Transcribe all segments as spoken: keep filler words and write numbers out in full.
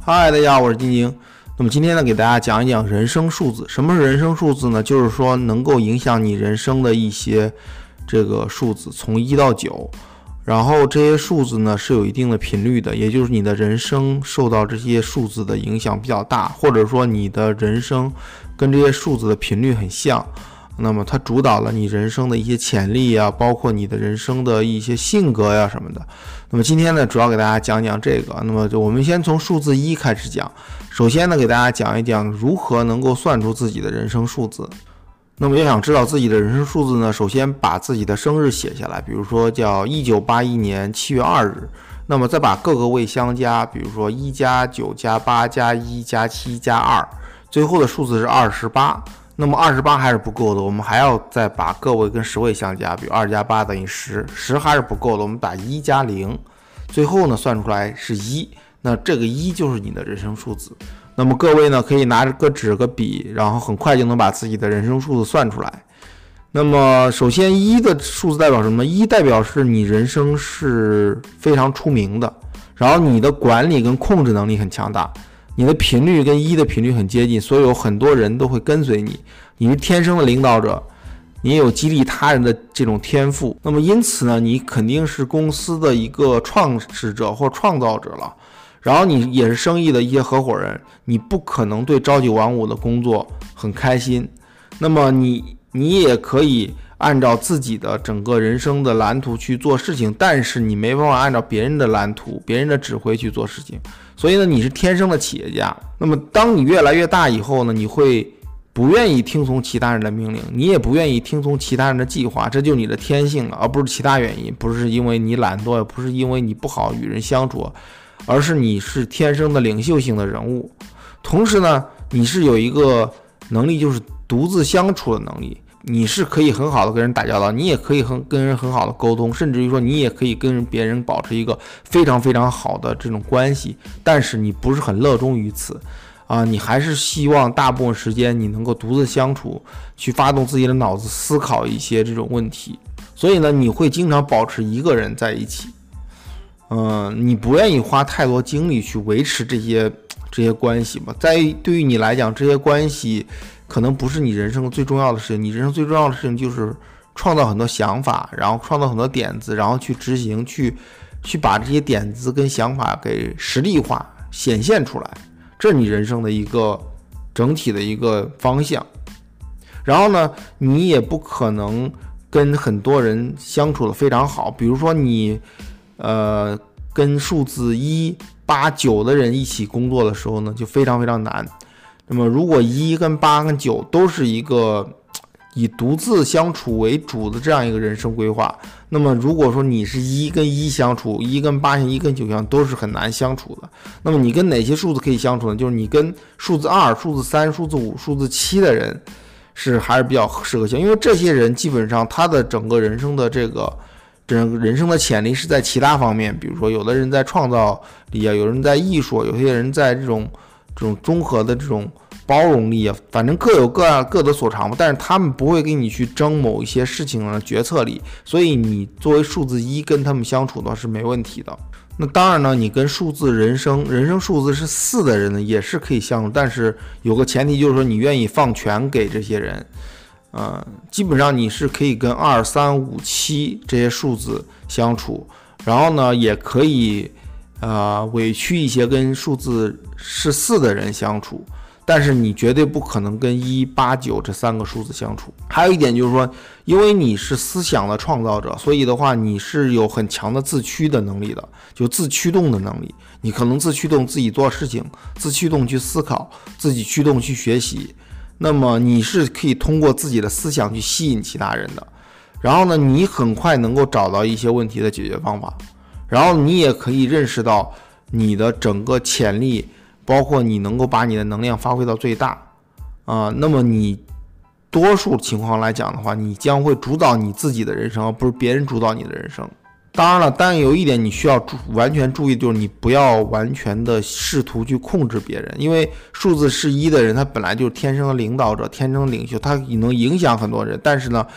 嗨，大家好，我是晶晶。那么今天呢，给大家讲一讲人生数字。什么是人生数字呢？就是说能够影响你人生的一些这个数字，从一到九。然后这些数字呢是有一定的频率的，也就是你的人生受到这些数字的影响比较大，或者说你的人生跟这些数字的频率很像。那么它主导了你人生的一些潜力啊，包括你的人生的一些性格呀、啊、什么的。那么今天呢，主要给大家讲讲这个。那么就我们先从数字一开始讲。首先呢，给大家讲一讲如何能够算出自己的人生数字。那么要想知道自己的人生数字呢，首先把自己的生日写下来，比如说叫一九八一年七月二日。那么再把各个位相加，比如说一加九加八加一加七加二，最后的数字是二十八。那么二十八还是不够的，我们还要再把个位跟十位相加，比如二加八等于十，十还是不够的，我们打一加零，最后呢算出来是一，那这个一就是你的人生数字。那么各位呢可以拿着个纸个笔，然后很快就能把自己的人生数字算出来。那么首先一的数字代表什么？一代表是你人生是非常出名的，然后你的管理跟控制能力很强大，你的频率跟一的频率很接近，所以有很多人都会跟随你，你是天生的领导者，你也有激励他人的这种天赋。那么因此呢，你肯定是公司的一个创始者或创造者了，然后你也是生意的一些合伙人，你不可能对朝九晚五的工作很开心。那么你你也可以按照自己的整个人生的蓝图去做事情，但是你没办法按照别人的蓝图、别人的指挥去做事情。所以呢，你是天生的企业家。那么当你越来越大以后呢，你会不愿意听从其他人的命令，你也不愿意听从其他人的计划，这就是你的天性了，而不是其他原因，不是因为你懒惰，也不是因为你不好与人相处，而是你是天生的领袖性的人物。同时呢，你是有一个能力，就是独自相处的能力。你是可以很好的跟人打交道，你也可以很跟人很好的沟通，甚至于说你也可以跟别人保持一个非常非常好的这种关系，但是你不是很乐衷于此啊，你还是希望大部分时间你能够独自相处，去发动自己的脑子思考一些这种问题。所以呢，你会经常保持一个人在一起，嗯、呃，你不愿意花太多精力去维持这些这些关系吧。在对于你来讲，这些关系可能不是你人生最重要的事情，你人生最重要的事情就是创造很多想法，然后创造很多点子，然后去执行，去去把这些点子跟想法给实力化显现出来，这是你人生的一个整体的一个方向。然后呢，你也不可能跟很多人相处的非常好，比如说你呃跟数字一八九的人一起工作的时候呢，就非常非常难。那么如果一跟八跟九都是一个以独自相处为主的这样一个人生规划，那么如果说你是一跟一相处，一跟八一跟九相都是很难相处的。那么你跟哪些数字可以相处呢？就是你跟数字二、数字三、数字五、数字七的人是还是比较适合相，因为这些人基本上他的整个人生的这个整个人生的潜力是在其他方面，比如说有的人在创造力啊，有人在艺术，有些人在这种这种综合的这种包容力啊，反正各有各各得所长，但是他们不会跟你去争某一些事情的决策力，所以你作为数字一跟他们相处的话是没问题的。那当然呢，你跟数字人生人生数字是四的人呢也是可以相处，但是有个前提就是说你愿意放权给这些人，呃，基本上你是可以跟二三五七这些数字相处，然后呢也可以呃委屈一些跟数字是四的人相处，但是你绝对不可能跟一八九这三个数字相处。还有一点就是说，因为你是思想的创造者，所以的话你是有很强的自驱的能力的，就自驱动的能力，你可能自驱动自己做事情，自驱动去思考，自己驱动去学习，那么你是可以通过自己的思想去吸引其他人的，然后呢你很快能够找到一些问题的解决方法，然后你也可以认识到你的整个潜力，包括你能够把你的能量发挥到最大啊、呃，那么你多数情况来讲的话，你将会主导你自己的人生，而不是别人主导你的人生。当然了，但有一点你需要完全注意，就是你不要完全的试图去控制别人，因为数字是一的人他本来就是天生的领导者，天生的领袖，他能影响很多人，但是呢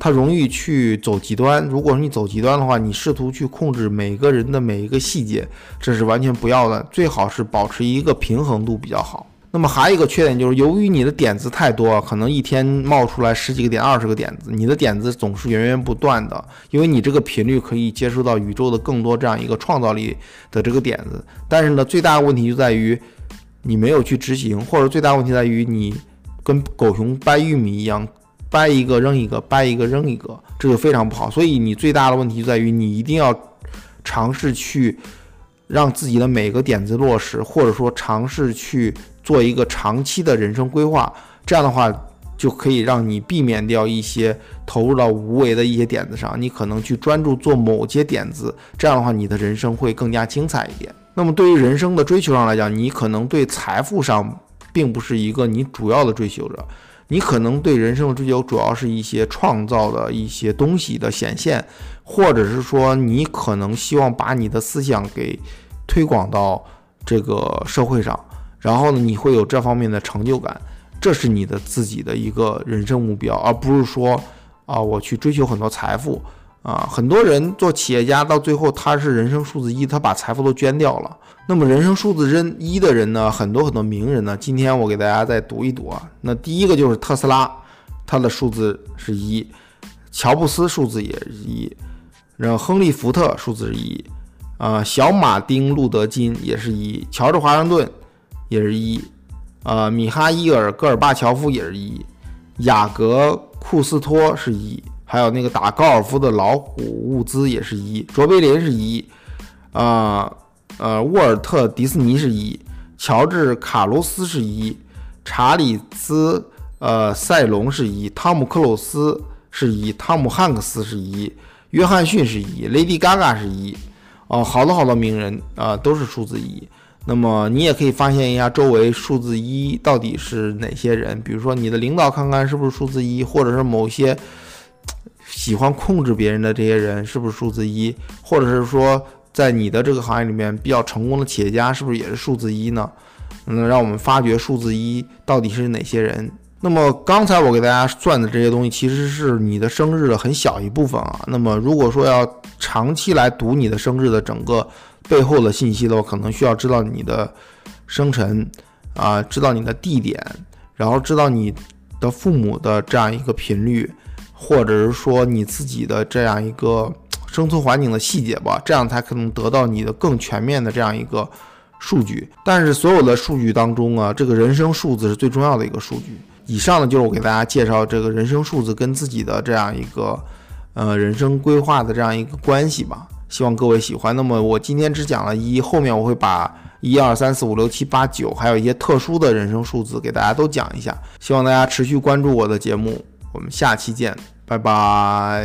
它容易去走极端。如果你走极端的话，你试图去控制每个人的每一个细节，这是完全不要的，最好是保持一个平衡度比较好。那么还有一个缺点就是，由于你的点子太多，可能一天冒出来十几个点、二十个点子，你的点子总是源源不断的，因为你这个频率可以接收到宇宙的更多这样一个创造力的这个点子。但是呢，最大的问题就在于你没有去执行，或者最大的问题在于你跟狗熊掰玉米一样，掰一个扔一个，掰一个扔一个，这就非常不好。所以你最大的问题就在于你一定要尝试去让自己的每个点子落实，或者说尝试去做一个长期的人生规划，这样的话就可以让你避免掉一些投入到无为的一些点子上，你可能去专注做某些点子，这样的话你的人生会更加精彩一点。那么对于人生的追求上来讲，你可能对财富上并不是一个你主要的追求者，你可能对人生的追求主要是一些创造的一些东西的显现，或者是说你可能希望把你的思想给推广到这个社会上，然后呢，你会有这方面的成就感，这是你的自己的一个人生目标，而不是说啊，我去追求很多财富啊。很多人做企业家到最后他是人生数字一，他把财富都捐掉了。那么人生数字人一的人呢，很多很多名人呢，今天我给大家再读一读啊。那第一个就是特斯拉，他的数字是一，乔布斯数字也是一，然后亨利福特数字是一，啊，小马丁路德金也是一，乔治华盛顿也是一，呃，米哈伊尔·戈尔巴乔夫也是一，雅各库斯托是一，还有那个打高尔夫的老虎伍兹也是一，卓别林是一，呃呃，沃尔特·迪士尼是一，乔治·卡罗斯是一，查理兹呃塞隆是一，汤姆·克鲁斯是一，汤姆·汉克斯是一，约翰逊是一 ，Lady Gaga 是一，哦、呃，好多好多名人啊、呃、都是数字一。那么你也可以发现一下周围数字一到底是哪些人，比如说你的领导看看是不是数字一，或者是某些喜欢控制别人的这些人是不是数字一，或者是说在你的这个行业里面比较成功的企业家是不是也是数字一呢？嗯，让我们发掘数字一到底是哪些人。那么刚才我给大家算的这些东西其实是你的生日的很小一部分啊。那么如果说要长期来读你的生日的整个背后的信息的话，可能需要知道你的生辰啊、呃，知道你的地点，然后知道你的父母的这样一个频率，或者是说你自己的这样一个生存环境的细节吧，这样才可能得到你的更全面的这样一个数据。但是所有的数据当中啊，这个人生数字是最重要的一个数据。以上呢就是我给大家介绍这个人生数字跟自己的这样一个呃人生规划的这样一个关系吧，希望各位喜欢。那么我今天只讲了一，后面我会把一二三四五六七八九还有一些特殊的人生数字给大家都讲一下，希望大家持续关注我的节目，我们下期见，拜拜。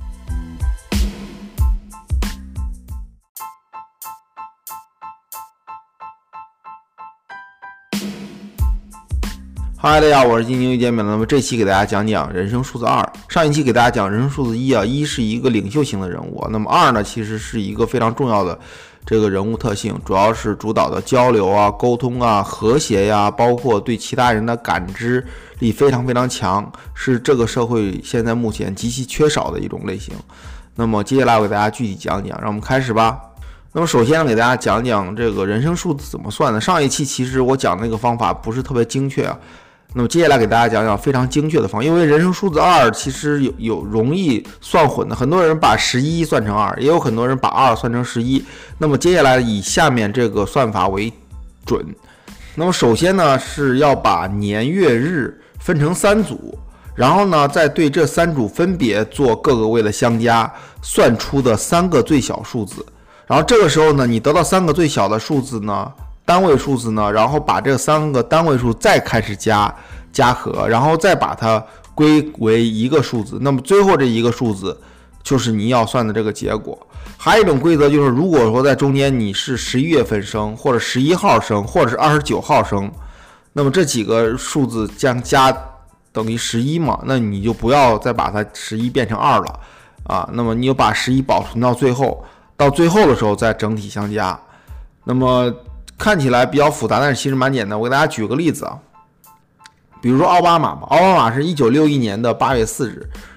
嗨，大家好，我是金牛一见面了。那么这期给大家讲讲人生数字二。上一期给大家讲人生数字一啊，一是一个领袖型的人物，那么二呢，其实是一个非常重要的这个人物特性，主要是主导的交流啊、沟通啊、和谐呀、啊，包括对其他人的感知力非常非常强，是这个社会现在目前极其缺少的一种类型。那么接下来我给大家具体讲讲，让我们开始吧。那么首先呢，给大家讲讲这个人生数字怎么算的。上一期其实我讲的那个方法不是特别精确啊。那么接下来给大家讲讲非常精确的方法，因为人生数字二其实有有容易算混的，很多人把十一算成二，也有很多人把二算成十一。那么接下来以下面这个算法为准。那么首先呢是要把年月日分成三组，然后呢再对这三组分别做各个位的相加，算出的三个最小数字。然后这个时候呢，你得到三个最小的数字呢，单位数字呢，然后把这三个单位数再开始加加和，然后再把它归为一个数字，那么最后这一个数字就是你要算的这个结果。还有一种规则就是，如果说在中间你是十一月份生，或者十一号生，或者是二十九号生，那么这几个数字将加等于十一嘛，那你就不要再把它十一变成二了啊，那么你就把十一保存到最后，到最后的时候再整体相加。那么看起来比较复杂，但是其实蛮简单。我给大家举个例子啊，比如说奥巴马吧，奥巴马是一九六一年的八月四日，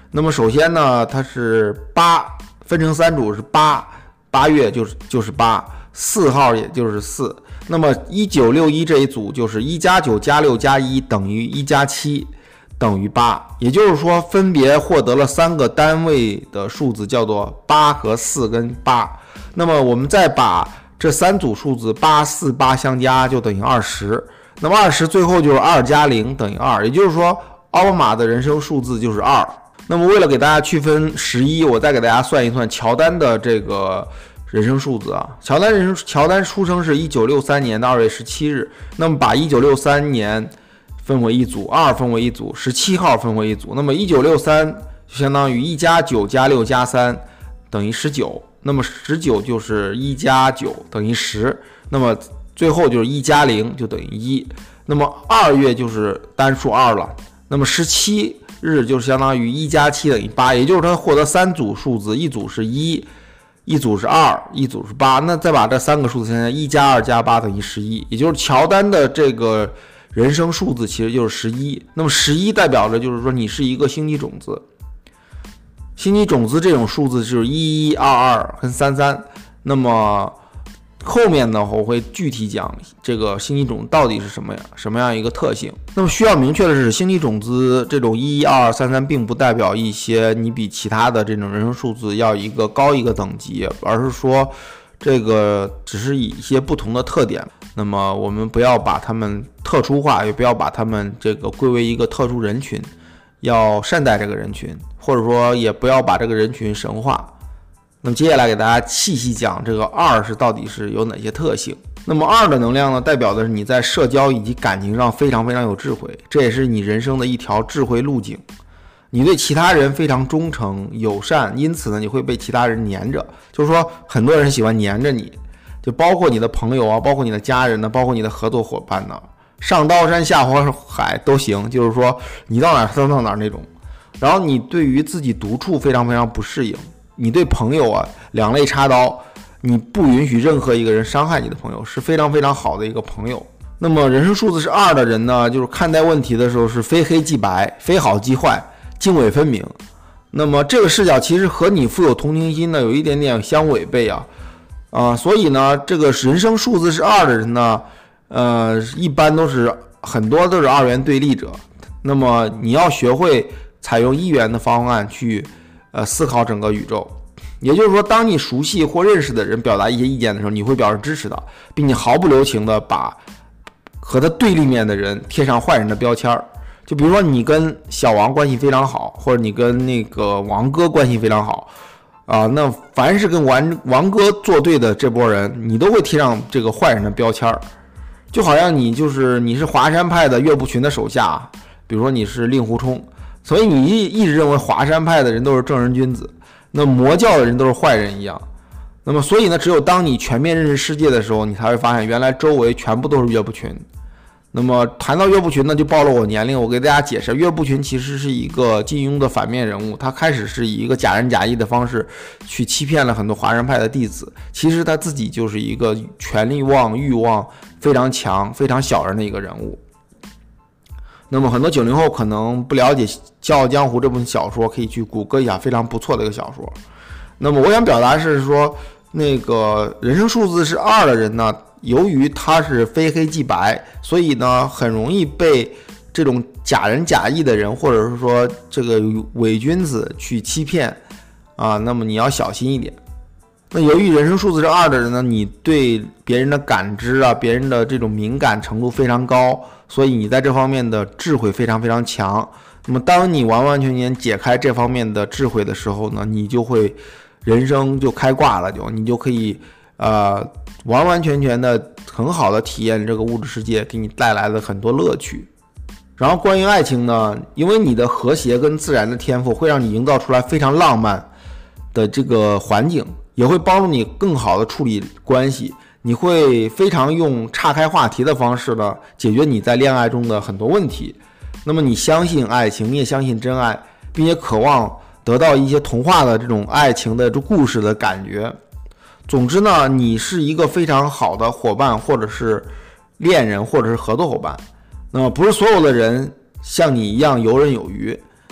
那么首先呢，它是八，分成三组是八，八月就是就是八，四号也就是四。那么一九六一这一组就是一加九加六加一等于一加七等于八，也就是说分别获得了三个单位的数字，叫做八和四跟八。那么我们再把这三组数字八、四、八相加，就等于二十。那么二十最后就是二加零等于二，也就是说奥巴马的人生数字就是二。那么为了给大家区分十一，我再给大家算一算乔丹的这个人生数字啊。乔丹人生乔丹出生是一九六三年的二月十七日，那么把一九六三年分为一组，二分为一组，十七号分为一组，那么一九六三就相当于一加九加六加三等于十九，那么十九就是一加九等于十，那么最后就是一加零就等于一。那么二月就是单数二了，那么十七日就是相当于一加七等于八，也就是他获得三组数字，一组是一，一组是二，一组是八。那再把这三个数字相加，一加二加八等于十一，也就是乔丹的这个人生数字其实就是十一。那么十一代表着就是说你是一个星际种子，星际种子这种数字就是一一、二二跟三三。那么后面呢，我会具体讲这个星际种子到底是什么呀，什么样一个特性。那么需要明确的是，星际种子这种一一、二二、三三并不代表一些你比其他的这种人生数字要一个高一个等级，而是说这个只是以一些不同的特点。那么我们不要把它们特殊化，也不要把它们这个归为一个特殊人群，要善待这个人群，或者说也不要把这个人群神化。那么接下来给大家细细讲这个二是到底是有哪些特性。那么二的能量呢，代表的是你在社交以及感情上非常非常有智慧，这也是你人生的一条智慧路径。你对其他人非常忠诚友善，因此呢你会被其他人黏着，就是说很多人喜欢黏着你，就包括你的朋友啊，包括你的家人呢，包括你的合作伙伴呢，上刀山下火海都行，就是说你到哪儿他到哪儿那种。然后你对于自己独处非常非常不适应，你对朋友啊两肋插刀，你不允许任何一个人伤害你的朋友，是非常非常好的一个朋友。那么人生数字是二的人呢，就是看待问题的时候是非黑即白，非好即坏，泾渭分明。那么这个视角其实和你富有同情心呢有一点点相违背啊啊、呃，所以呢这个人生数字是二的人呢，呃，一般都是很多都是二元对立者。那么你要学会采用一元的方案去呃思考整个宇宙。也就是说，当你熟悉或认识的人表达一些意见的时候，你会表示支持的，并且毫不留情的把和他对立面的人贴上坏人的标签。就比如说你跟小王关系非常好，或者你跟那个王哥关系非常好啊，那凡是跟王王哥作对的这波人，你都会贴上这个坏人的标签。就好像你就是你是华山派的岳不群的手下，比如说你是令狐冲，所以你一一直认为华山派的人都是正人君子，那魔教的人都是坏人一样。那么所以呢，只有当你全面认识世界的时候，你才会发现原来周围全部都是岳不群。那么谈到岳不群呢，就暴露我年龄，我给大家解释，岳不群其实是一个金庸的反面人物，他开始是以一个假仁假义的方式去欺骗了很多华山派的弟子，其实他自己就是一个权力望欲望非常强非常小人的一个人物。那么很多九零后可能不了解《笑傲江湖》这部小说，可以去谷歌一下，非常不错的一个小说。那么我想表达是说，那个人生数字是二的人呢，由于他是非黑即白，所以呢很容易被这种假仁假义的人，或者是说这个伪君子去欺骗啊。那么你要小心一点。那由于人生数字是二的人呢，你对别人的感知啊，别人的这种敏感程度非常高，所以你在这方面的智慧非常非常强。那么当你完完全全解开这方面的智慧的时候呢，你就会人生就开挂了，就你就可以呃完完全全的很好的体验这个物质世界给你带来的很多乐趣。然后关于爱情呢，因为你的和谐跟自然的天赋会让你营造出来非常浪漫的这个环境，也会帮助你更好的处理关系。你会非常用岔开话题的方式呢，解决你在恋爱中的很多问题。那么你相信爱情，你也相信真爱，并且渴望得到一些童话的这种爱情的这故事的感觉。总之呢，你是一个非常好的伙伴，或者是恋人，或者是合作伙伴。那么不是所有的人像你一样游刃有余，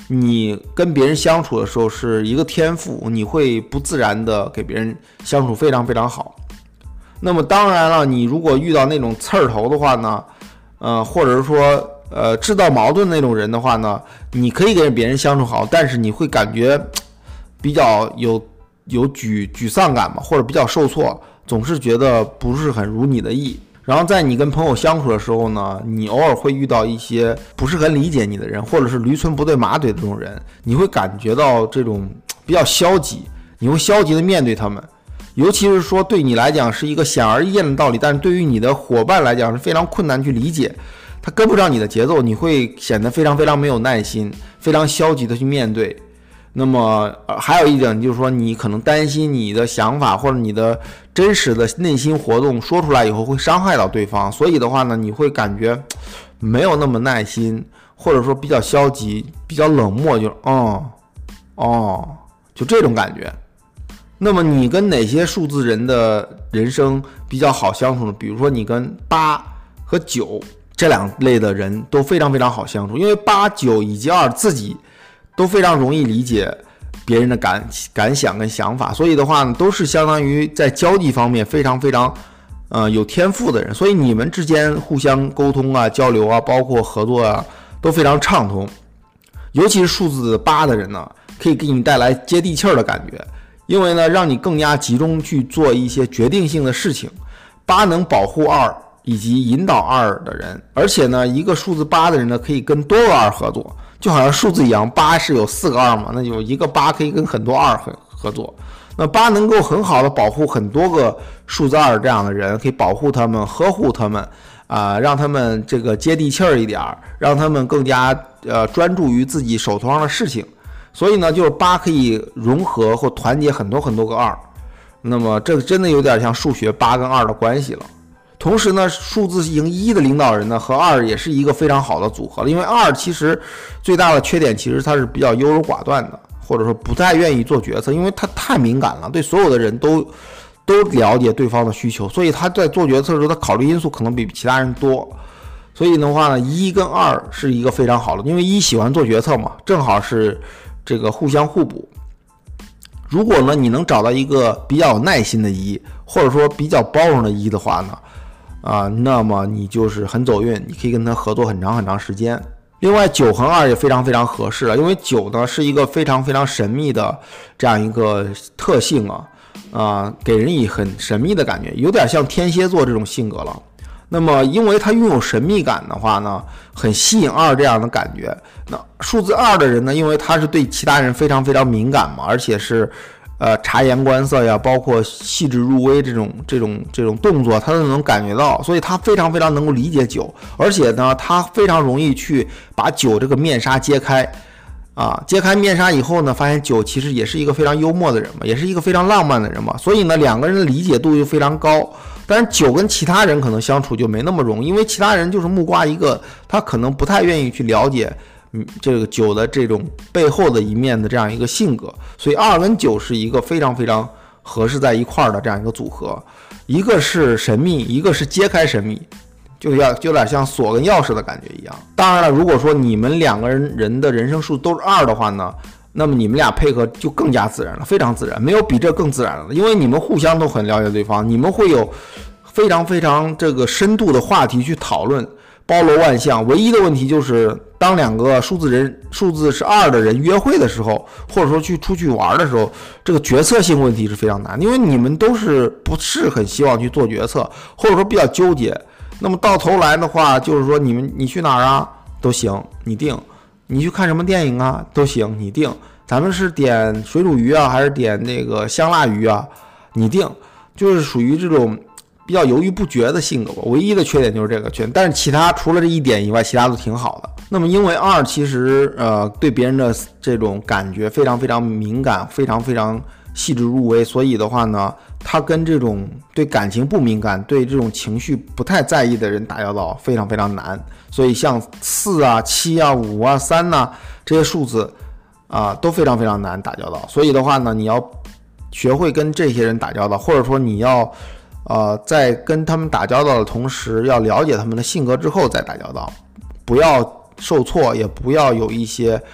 你跟别人相处的时候是一个天赋，你会不自然的给别人相处非常非常好。那么当然了，你如果遇到那种刺儿头的话呢，呃，或者是说呃制造矛盾那种人的话呢，你可以跟别人相处好，但是你会感觉比较有有沮沮丧感嘛，或者比较受挫，总是觉得不是很如你的意。然后在你跟朋友相处的时候呢，你偶尔会遇到一些不是很理解你的人，或者是驴唇不对马嘴的这种人，你会感觉到这种比较消极，你会消极的面对他们。尤其是说对你来讲是一个显而易见的道理，但是对于你的伙伴来讲是非常困难去理解，他跟不上你的节奏，你会显得非常非常没有耐心，非常消极的去面对。那么、呃、还有一点就是说，你可能担心你的想法或者你的真实的内心活动说出来以后会伤害到对方，所以的话呢，你会感觉没有那么耐心，或者说比较消极，比较冷漠，就哦哦，就这种感觉。那么你跟哪些数字人的人生比较好相处呢？比如说你跟八和九这两类的人都非常非常好相处，因为八九以及二自己都非常容易理解别人的感感想跟想法，所以的话呢，都是相当于在交际方面非常非常呃有天赋的人，所以你们之间互相沟通啊、交流啊，包括合作啊，都非常畅通。尤其是数字八的人呢，可以给你带来接地气儿的感觉，因为呢，让你更加集中去做一些决定性的事情。八能保护二以及引导二的人，而且呢，一个数字八的人呢，可以跟多个二合作。就好像数字一样，八是有四个二嘛，那有一个八可以跟很多二合合作。那八能够很好的保护很多个数字二这样的人，可以保护他们、呵护他们，啊、呃，让他们这个接地气儿一点，让他们更加呃专注于自己手头上的事情。所以呢，就是八可以融合或团结很多很多个二。那么这个真的有点像数学八跟二的关系了。同时呢，数字型一的领导人呢和二也是一个非常好的组合了，因为二其实最大的缺点其实他是比较优柔寡断的，或者说不太愿意做决策，因为他太敏感了，对所有的人都都了解对方的需求，所以他在做决策的时候，他考虑因素可能比其他人多。所以的话呢，一跟二是一个非常好的，因为一喜欢做决策嘛，正好是这个互相互补。如果呢你能找到一个比较有耐心的一，或者说比较包容的一的话呢，啊，那么你就是很走运，你可以跟他合作很长很长时间。另外九和二也非常非常合适了，因为九呢是一个非常非常神秘的这样一个特性啊，啊，给人以很神秘的感觉，有点像天蝎座这种性格了。那么因为它拥有神秘感的话呢，很吸引二这样的感觉。那数字二的人呢，因为他是对其他人非常非常敏感嘛，而且是呃察言观色呀，包括细致入微这种这种这种动作，他都能感觉到，所以他非常非常能够理解九，而且呢，他非常容易去把九这个面纱揭开。啊，揭开面纱以后呢，发现九其实也是一个非常幽默的人嘛，也是一个非常浪漫的人嘛，所以呢，两个人的理解度就非常高。但是九跟其他人可能相处就没那么容易，因为其他人就是木瓜一个，他可能不太愿意去了解，嗯，这个九的这种背后的一面的这样一个性格，所以二跟九是一个非常非常合适在一块儿的这样一个组合，一个是神秘，一个是揭开神秘。就要就有点像锁跟钥匙的感觉一样。当然了，如果说你们两个人人的人生数都是二的话呢，那么你们俩配合就更加自然了，非常自然，没有比这更自然了。因为你们互相都很了解对方，你们会有非常非常这个深度的话题去讨论，包罗万象。唯一的问题就是，当两个数字人数字是二的人约会的时候，或者说去出去玩的时候，这个决策性问题是非常难，因为你们都是不是很希望去做决策，或者说比较纠结。那么到头来的话，就是说你们你去哪儿啊都行，你定；你去看什么电影啊都行，你定。咱们是点水煮鱼啊，还是点那个香辣鱼啊？你定。就是属于这种比较犹豫不决的性格吧。唯一的缺点就是这个缺点，但是其他除了这一点以外，其他都挺好的。那么因为二其实呃对别人的这种感觉非常非常敏感，非常非常细致入微，所以的话呢，他跟这种对感情不敏感、对这种情绪不太在意的人打交道非常非常难。所以像四啊、七啊、五啊、三呐、啊、这些数字啊都非常非常难打交道。所以的话呢，你要学会跟这些人打交道，或者说你要呃在跟他们打交道的同时，要了解他们的性格之后再打交道，不要受挫，也不要有一些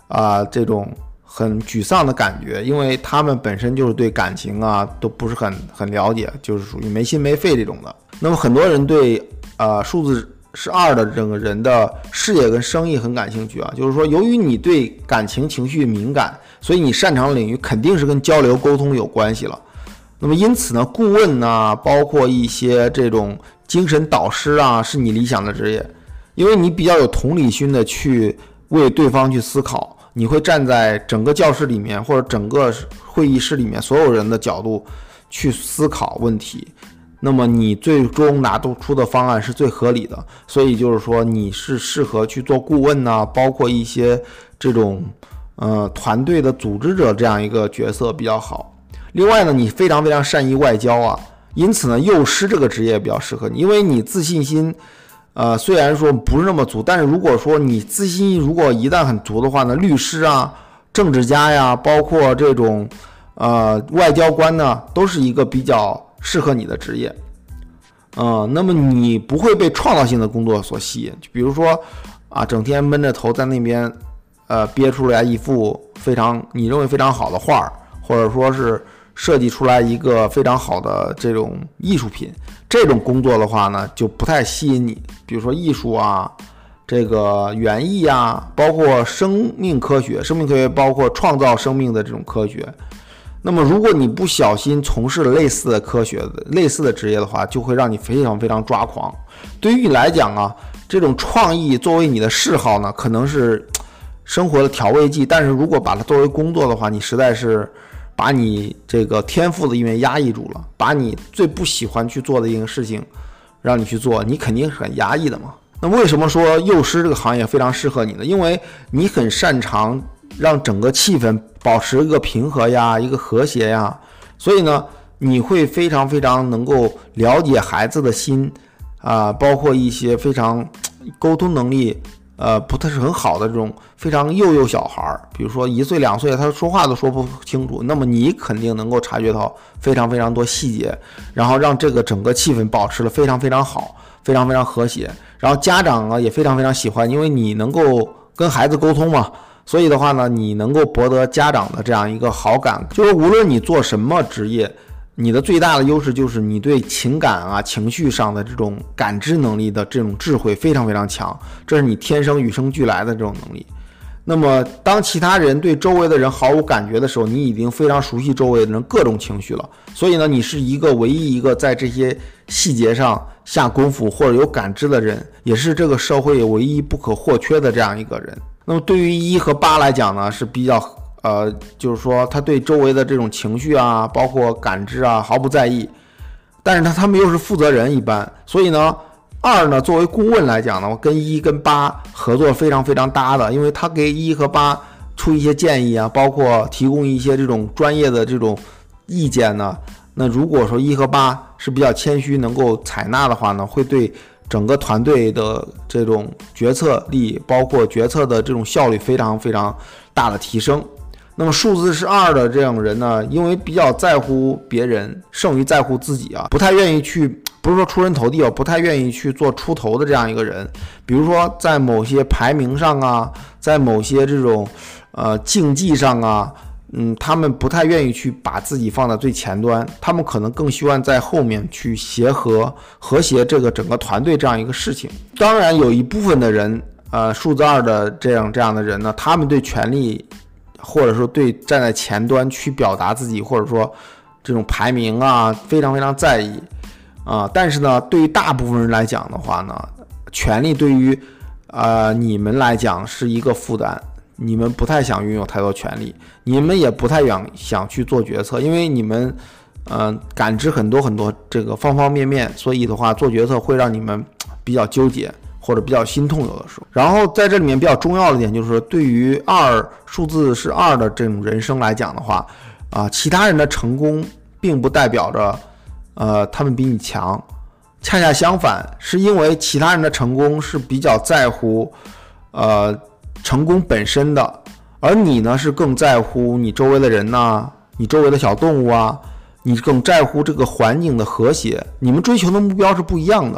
啊、呃、这种很沮丧的感觉，因为他们本身就是对感情啊都不是很很了解，就是属于没心没肺这种的。那么很多人对呃数字是二的这个人的事业跟生意很感兴趣啊，就是说由于你对感情情绪敏感，所以你擅长的领域肯定是跟交流沟通有关系了。那么因此呢，顾问啊，包括一些这种精神导师啊，是你理想的职业，因为你比较有同理心的去为对方去思考，你会站在整个教室里面或者整个会议室里面所有人的角度去思考问题，那么你最终拿出的方案是最合理的。所以就是说你是适合去做顾问啊，包括一些这种呃团队的组织者这样一个角色比较好。另外呢，你非常非常善于外交啊，因此呢，幼师这个职业比较适合你，因为你自信心呃，虽然说不是那么足，但是如果说你自信心如果一旦很足的话呢，律师啊、政治家呀，包括这种呃外交官呢，都是一个比较适合你的职业。呃，那么你不会被创造性的工作所吸引，就比如说啊，整天闷着头在那边呃憋出来一幅非常你认为非常好的画，或者说是设计出来一个非常好的这种艺术品，这种工作的话呢，就不太吸引你。比如说艺术啊，这个园艺啊，包括生命科学，生命科学包括创造生命的这种科学。那么如果你不小心从事了类似的科学的类似的职业的话，就会让你非常非常抓狂。对于你来讲啊，这种创意作为你的嗜好呢，可能是生活的调味剂，但是如果把它作为工作的话，你实在是把你这个天赋的一面压抑住了，把你最不喜欢去做的一件事情让你去做，你肯定是很压抑的嘛。那为什么说幼师这个行业非常适合你呢？因为你很擅长让整个气氛保持一个平和呀，一个和谐呀，所以呢，你会非常非常能够了解孩子的心啊、呃，包括一些非常沟通能力呃，不太是很好的这种非常幼幼小孩，比如说一岁两岁，他说话都说不清楚，那么你肯定能够察觉到非常非常多细节，然后让这个整个气氛保持了非常非常好，非常非常和谐。然后家长啊也非常非常喜欢，因为你能够跟孩子沟通嘛，所以的话呢，你能够博得家长的这样一个好感。就是无论你做什么职业，你的最大的优势就是你对情感啊、情绪上的这种感知能力的这种智慧非常非常强，这是你天生与生俱来的这种能力。那么当其他人对周围的人毫无感觉的时候，你已经非常熟悉周围的人各种情绪了，所以呢，你是一个唯一一个在这些细节上下功夫或者有感知的人，也是这个社会唯一不可或缺的这样一个人。那么对于一和八来讲呢，是比较呃，就是说他对周围的这种情绪啊，包括感知啊，毫不在意，但是他他们又是负责人一般，所以呢，二呢作为顾问来讲呢，跟一跟八合作非常非常搭的，因为他给一和八出一些建议啊，包括提供一些这种专业的这种意见呢。那如果说一和八是比较谦虚，能够采纳的话呢，会对整个团队的这种决策力，包括决策的这种效率非常非常大的提升。那么数字是二的这样人呢，因为比较在乎别人，胜于在乎自己啊，不太愿意去，不是说出人头地啊，不太愿意去做出头的这样一个人。比如说在某些排名上啊，在某些这种呃竞技上啊，嗯，他们不太愿意去把自己放在最前端，他们可能更希望在后面去协和和谐这个整个团队这样一个事情。当然有一部分的人，呃，数字二的这样这样的人呢，他们对权力或者说对站在前端去表达自己，或者说这种排名啊，非常非常在意啊。但是呢，对于大部分人来讲的话呢，权力对于呃你们来讲是一个负担，你们不太想拥有太多权利，你们也不太想想去做决策，因为你们呃感知很多很多这个方方面面，所以的话做决策会让你们比较纠结或者比较心痛有的时候。然后在这里面比较重要的点就是说，对于二数字是二的这种人生来讲的话啊、呃，其他人的成功并不代表着呃他们比你强，恰恰相反，是因为其他人的成功是比较在乎呃成功本身的，而你呢是更在乎你周围的人呐、啊，你周围的小动物啊，你更在乎这个环境的和谐，你们追求的目标是不一样的。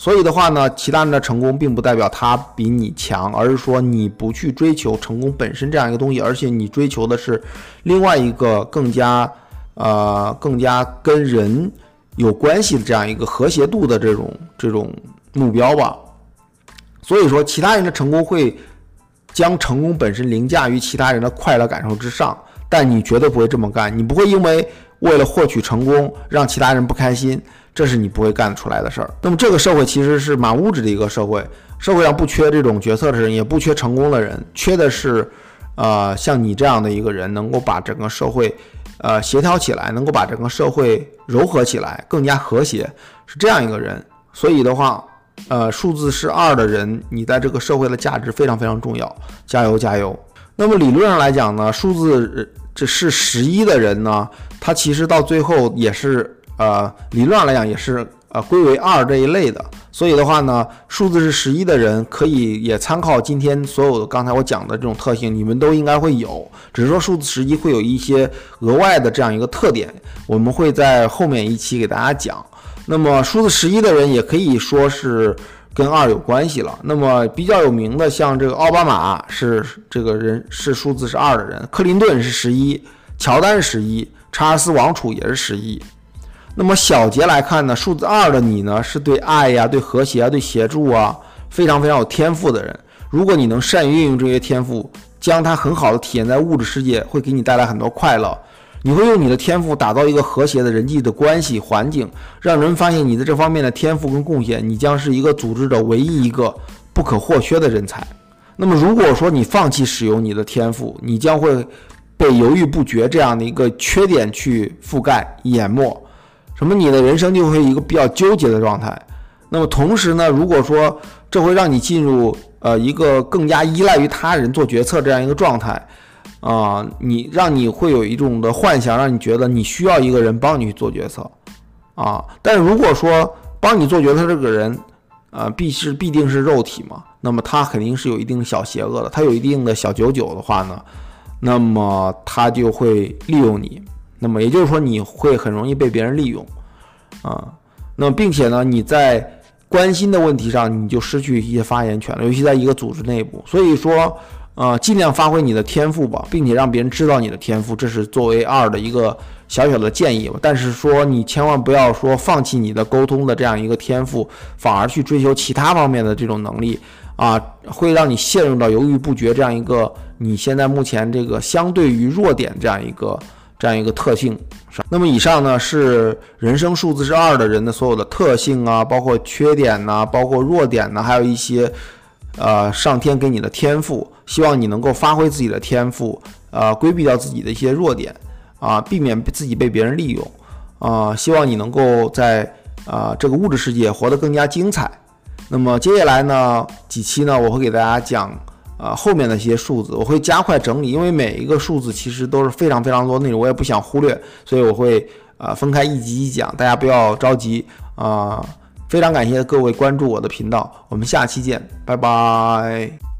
所以的话呢，其他人的成功并不代表他比你强，而是说你不去追求成功本身这样一个东西，而且你追求的是另外一个更加呃更加跟人有关系的这样一个和谐度的这种这种目标吧。所以说，其他人的成功会将成功本身凌驾于其他人的快乐感受之上，但你绝对不会这么干，你不会因为为了获取成功让其他人不开心，这是你不会干得出来的事儿。那么这个社会其实是蛮物质的一个社会，社会上不缺这种决策的人，也不缺成功的人，缺的是呃像你这样的一个人，能够把整个社会呃协调起来，能够把整个社会糅合起来，更加和谐，是这样一个人。所以的话，呃，数字是二的人，你在这个社会的价值非常非常重要，加油加油。那么理论上来讲呢，数字这是十一的人呢，他其实到最后也是呃，理论上来讲也是呃归为二这一类的。所以的话呢，数字是十一的人可以也参考今天所有的刚才我讲的这种特性，你们都应该会有，只是说数字十一会有一些额外的这样一个特点，我们会在后面一期给大家讲。那么数字十一的人也可以说是跟二有关系了。那么比较有名的，像这个奥巴马是这个人是数字是二的人，克林顿是十一，乔丹是十一，查尔斯王储也是十一。那么小节来看呢，数字二的你呢，是对爱呀、对和谐啊、对协助啊非常非常有天赋的人。如果你能善于运用这些天赋，将它很好的体现在物质世界，会给你带来很多快乐。你会用你的天赋打造一个和谐的人际的关系环境，让人发现你在这方面的天赋跟贡献，你将是一个组织的唯一一个不可或缺的人才。那么如果说你放弃使用你的天赋，你将会被犹豫不决这样的一个缺点去覆盖淹没，什么你的人生就会一个比较纠结的状态。那么同时呢，如果说这会让你进入呃一个更加依赖于他人做决策这样一个状态啊、呃，你让你会有一种的幻想，让你觉得你需要一个人帮你去做决策啊。但是如果说帮你做决策这个人，呃，必是必定是肉体嘛，那么他肯定是有一定小邪恶的，他有一定的小九九的话呢，那么他就会利用你，那么也就是说你会很容易被别人利用啊。那么并且呢，你在关心的问题上你就失去一些发言权了，尤其在一个组织内部。所以说呃，尽量发挥你的天赋吧，并且让别人知道你的天赋，这是作为二的一个小小的建议吧。但是说你千万不要说放弃你的沟通的这样一个天赋，反而去追求其他方面的这种能力啊，会让你陷入到犹豫不决这样一个你现在目前这个相对于弱点这样一个这样一个特性。那么以上呢是人生数字是二的人的所有的特性啊，包括缺点呐、啊，包括弱点呐、啊，还有一些呃上天给你的天赋，希望你能够发挥自己的天赋，呃规避掉自己的一些弱点啊，避免自己被别人利用啊，希望你能够在啊这个物质世界活得更加精彩。那么接下来呢几期呢，我会给大家讲呃后面的一些数字，我会加快整理，因为每一个数字其实都是非常非常多内容，我也不想忽略，所以我会呃分开一集一讲，大家不要着急啊、呃。非常感谢各位关注我的频道，我们下期见，拜拜。